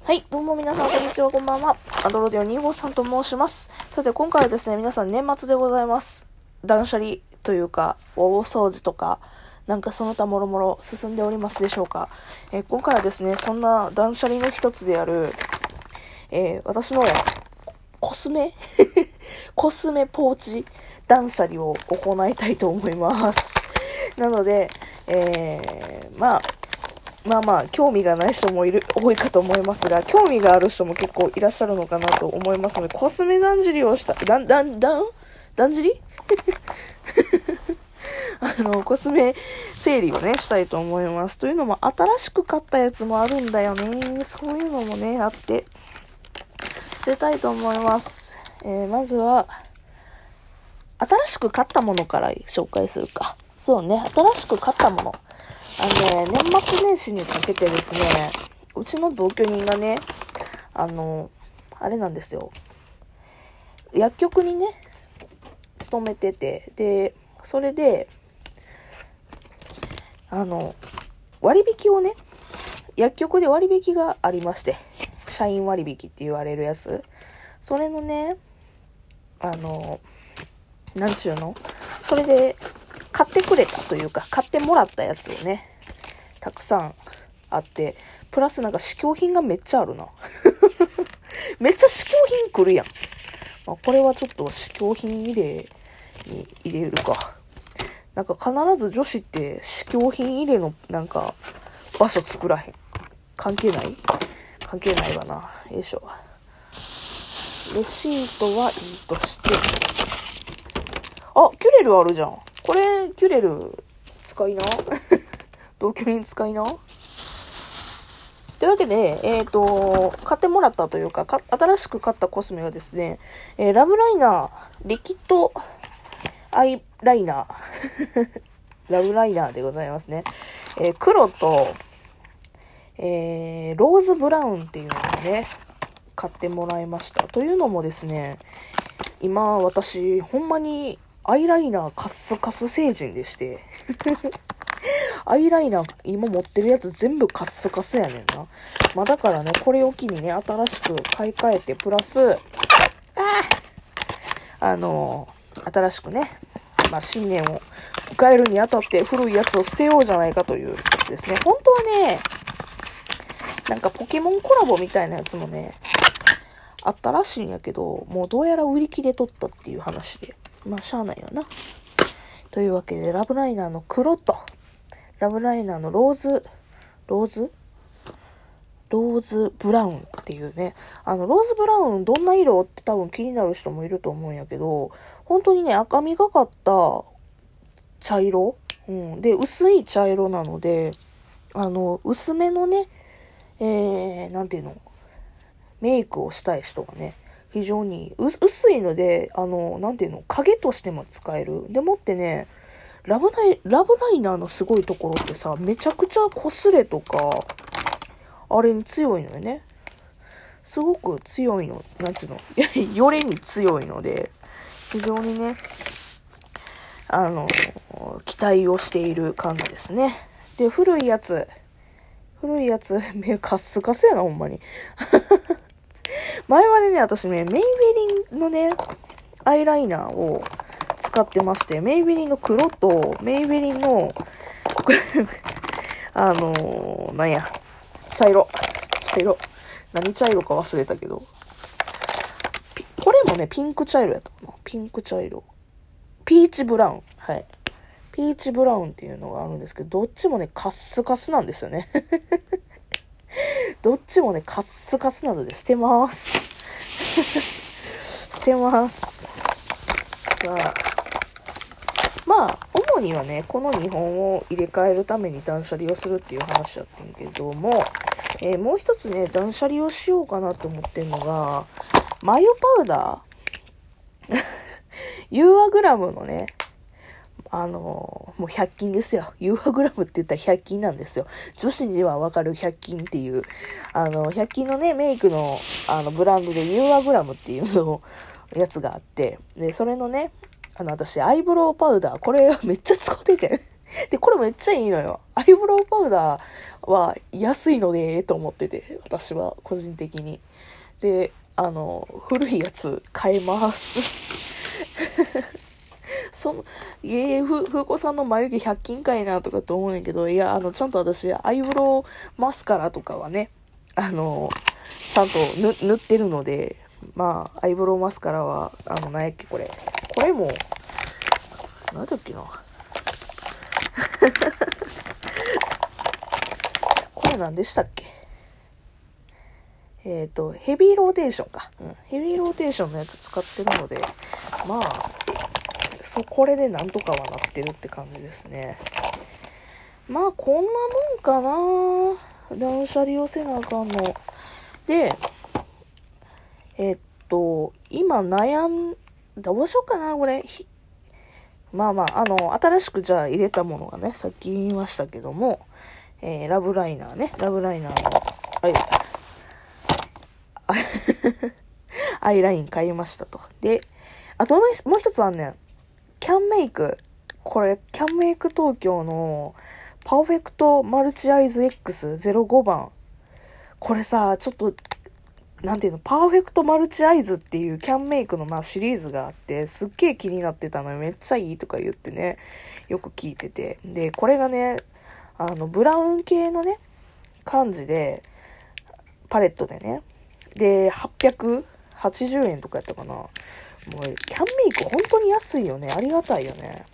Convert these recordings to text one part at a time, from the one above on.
はい、どうも皆さん、こんにちは、こんばんは。アドロデオ253と申します。さて、今回はですね、皆さん年末でございます。断捨離というか、大掃除とか、なんかその他もろもろ進んでおりますでしょうか。今回はですね、そんな断捨離の一つである、私のコスメコスメポーチ断捨離を行いたいと思います。なので、まあ、興味がない人も多いかと思いますが、興味がある人も結構いらっしゃるのかなと思いますので、コスメ断捨離をした、断捨離コスメ整理をね、したいと思います。というのも、新しく買ったやつもあるんだよね。そういうのもね、あって、捨てたいと思います。まずは、新しく買ったものから紹介するか。そうね、新しく買ったもの。年末年始にかけてですね、うちの同居人がね、あれなんですよ。薬局にね、勤めてて、で、それで、割引をね、薬局で割引がありまして、社員割引って言われるやつ。それのね、なんちゅうの？それで、買ってくれたというか、買ってもらったやつをね、たくさんあって、プラスなんか試供品がめっちゃあるな。めっちゃ試供品来るやん。まあ、これはちょっと試供品入れに入れるか。なんか必ず女子って試供品入れのなんか場所作らへん。関係ないわな。よいしょ。レシートはいいとして。あ、キュレルあるじゃん。これ、キュレル使いな。同居人使いな。というわけで、買ってもらったというか、新しく買ったコスメはですね、ラブライナー、リキッドアイライナー、ラブライナーでございますね。黒と、ローズブラウンっていうのをね、買ってもらいました。というのもですね、今私、ほんまにアイライナーカッスカス成人でして、アイライナー今持ってるやつ全部カッスカスやねんな。まあだからね、これを機にね、新しく買い替えて、プラス、新しくね、まあ新年を迎えるにあたって古いやつを捨てようじゃないかというやつですね。本当はね、なんかポケモンコラボみたいなやつもね、あったらしいんやけど、もうどうやら売り切れとったっていう話で、まあしゃあないよな。というわけで、ラブライナーの黒と、ラブライナーのローズブラウンっていうね。ローズブラウンどんな色って多分気になる人もいると思うんやけど、本当にね、赤みがかった茶色、で、薄い茶色なので、薄めのね、なんていうの、メイクをしたい人がね、非常に薄いので、なんていうの、影としても使える。でもってね、ラブライナーのすごいところってさ、めちゃくちゃ擦れとか、あれに強いのよね。すごく強いの、なんちゅうの、よれに強いので、非常にね、期待をしている感じですね。で、古いやつ、目カッスカスやな、ほんまに。前までね、私ね、メイベリンのね、アイライナーを使ってまして、メイベリンの黒と、メイベリンの、なんや、茶色。何茶色か忘れたけど。これもね、ピンク茶色やったかな。ピンク茶色。ピーチブラウン。はい。ピーチブラウンっていうのがあるんですけど、どっちもね、カッスカスなんですよね。どっちもね、カッスカスなので捨てます。捨てます。さあ。まあ、主にはね、この2本を入れ替えるために断捨離をするっていう話だったんやけども、もう一つね、断捨離をしようかなと思ってんのが、マヨパウダーユーアグラムのね、もう100均ですよ。ユーアグラムって言ったら100均なんですよ。女子にはわかる100均っていう、100均のね、メイクの、ブランドでユーアグラムっていうのやつがあって、で、それのね、私、アイブロウパウダー、これめっちゃ使ってて、 で、これめっちゃいいのよ。アイブロウパウダーは安いのでと思ってて、私は個人的に。で、古いやつ買えます。風子さんの眉毛100均かいなとかと思うんやけど、いや、ちゃんと私、アイブロウマスカラとかはね、ちゃんと塗ってるので、まあ、アイブロウマスカラは、何やっけ、これも、なんだっけな。これ何でしたっけ。ヘビーローテーションか。ヘビーローテーションのやつ使ってるので、まあ、これでなんとかはなってるって感じですね。まあ、こんなもんかな。断捨離をせなあかんの。で、今どうしようかな、これ。まあまあ、新しくじゃあ入れたものがね、さっき言いましたけども、ラブライナーの、アイライン買いましたと。で、あともう一つあんねん。キャンメイク。これ、キャンメイク東京のパーフェクトマルチアイズ X05 番。これさ、ちょっと、なんていうの、パーフェクトマルチアイズっていうキャンメイクのシリーズがあって、すっげえ気になってたのよ。めっちゃいいとか言ってね、よく聞いてて。で、これがね、ブラウン系のね、感じで、パレットでね。で、880円とかやったかな。もう、キャンメイク本当に安いよね。ありがたいよね。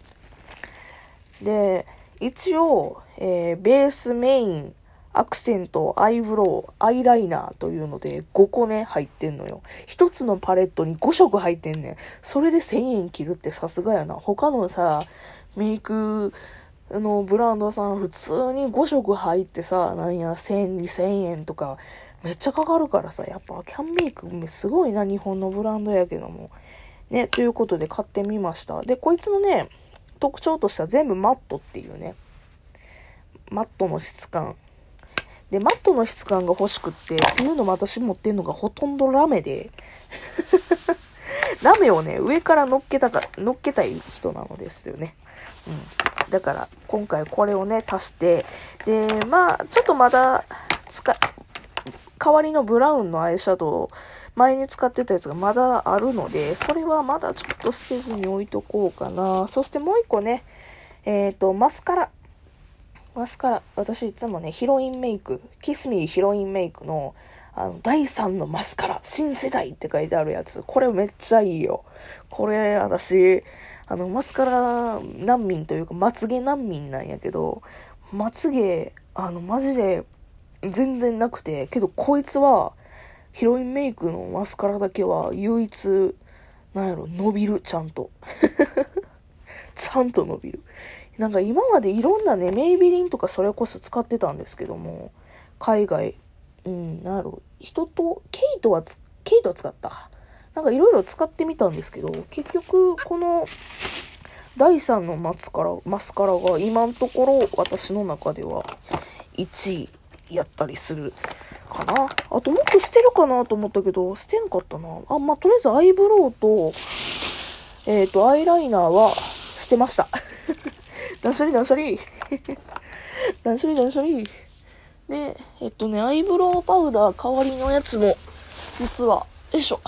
で、一応、ベース、メイン、アクセント、アイブロウ、アイライナーというので5個ね、入ってんのよ。一つのパレットに5色入ってんねん。それで1000円切るってさすがやな。他のさ、メイクのブランドさん普通に5色入ってさ、なんや、1000、2000円とか、めっちゃかかるからさ、やっぱキャンメイクすごいな、日本のブランドやけども。ね、ということで買ってみました。で、こいつのね、特徴としては全部マットっていうね。マットの質感。で、マットの質感が欲しくっていうのも私持ってんのがほとんどラメで。ラメをね、上から乗っけたい人なのですよね。だから、今回これをね、足して、で、まあ、ちょっとまだ、代わりのブラウンのアイシャドウ、前に使ってたやつがまだあるので、それはまだちょっと捨てずに置いとこうかな。そしてもう一個ね、マスカラ。私いつもね、ヒロインメイク、キスミーヒロインメイクの、第3のマスカラ、新世代って書いてあるやつ。これめっちゃいいよ。これ、私、マスカラ難民というか、まつげ難民なんやけど、まつげ、マジで、全然なくて、けどこいつは、ヒロインメイクのマスカラだけは唯一、伸びる、ちゃんと。ちゃんと伸びる。なんか今までいろんなね、メイビリンとかそれこそ使ってたんですけども、海外、ケイトは使った。なんかいろいろ使ってみたんですけど、結局この第3のマスカラが今のところ私の中では1位やったりするかな。あともっと捨てるかなと思ったけど、捨てんかったな。とりあえずアイブロウと、アイライナーは捨てました。断捨離。で、アイブロウパウダー代わりのやつも、実は、よいしょ。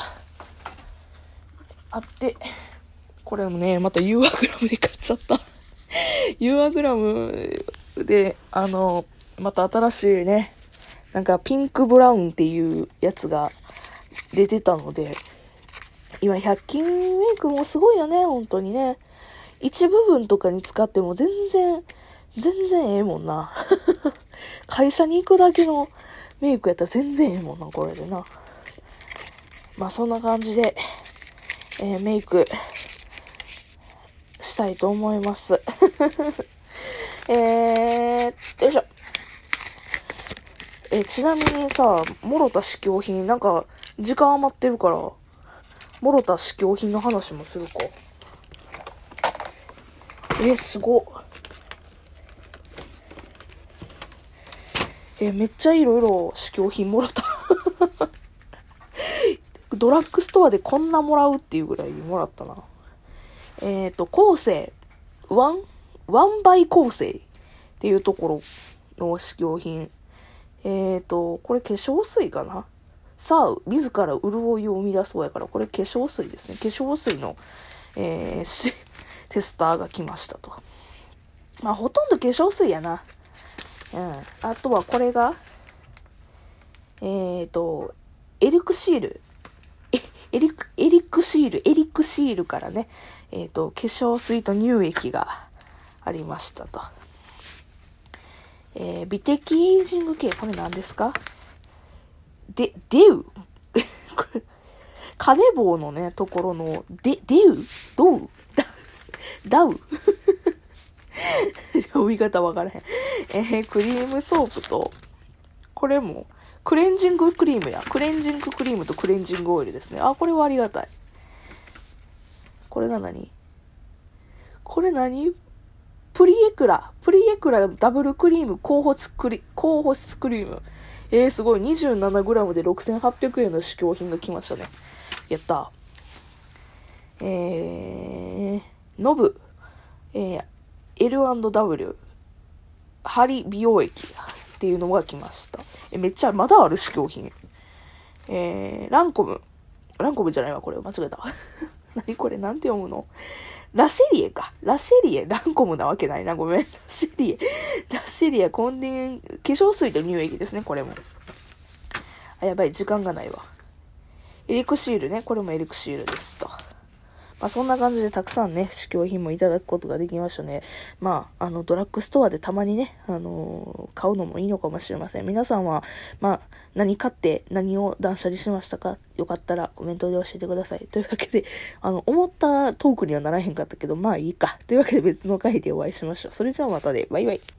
あって、これもね、またユーアグラムで買っちゃった。ユーアグラムで、また新しいね、なんかピンクブラウンっていうやつが出てたので、今100均メイクもすごいよね、本当にね。一部分とかに使っても全然ええもんな。会社に行くだけのメイクやったら全然ええもんな、これでな。そんな感じで、メイクしたいと思います。よいしょ。ちなみにさ、もろた試供品、なんか、時間余ってるから、もろた試供品の話もするか。すごっ。めっちゃいろいろ試供品もらった。ドラッグストアでこんなもらうっていうぐらいもらったな。コーセーワンバイ構成っていうところの試供品。これ化粧水かな。さあ、自ら潤いを生み出そうやから、これ化粧水ですね。化粧水の、テスターが来ましたと。まあ、ほとんど化粧水やな。あとはこれが、エリクシール。エリクシールからね、化粧水と乳液がありましたと。美的エイジング系、これ何ですか？デウカネボウのね、ところの、デウドウダウ読み方わからへん。クリームソープと、これも、クレンジングクリームや。クレンジングクリームとクレンジングオイルですね。あ、これはありがたい。これが何？これ何？プリエクラダブルクリーム高保湿クリーム。すごい。27g で6800円の試供品が来ましたね。やったノブ、L&W、針美容液っていうのが来ました。めっちゃ、まだある試供品。ランコムじゃないわ、これ。間違えた。何これ、なんて読むの？ラシェリエか。ランコムなわけないな。ごめん。ラシェリエ、コンディン、化粧水と乳液ですね、これも。あ、やばい、時間がないわ。エリクシールね、これもエリクシールですと。まあそんな感じでたくさんね、試供品もいただくことができましたね。まあ、ドラッグストアでたまにね、買うのもいいのかもしれません。皆さんは、まあ、何買って何を断捨離しましたか？よかったらコメントで教えてください。というわけで、思ったトークにはならへんかったけど、まあいいか。というわけで別の回でお会いしましょう。それじゃあまたで、バイバイ。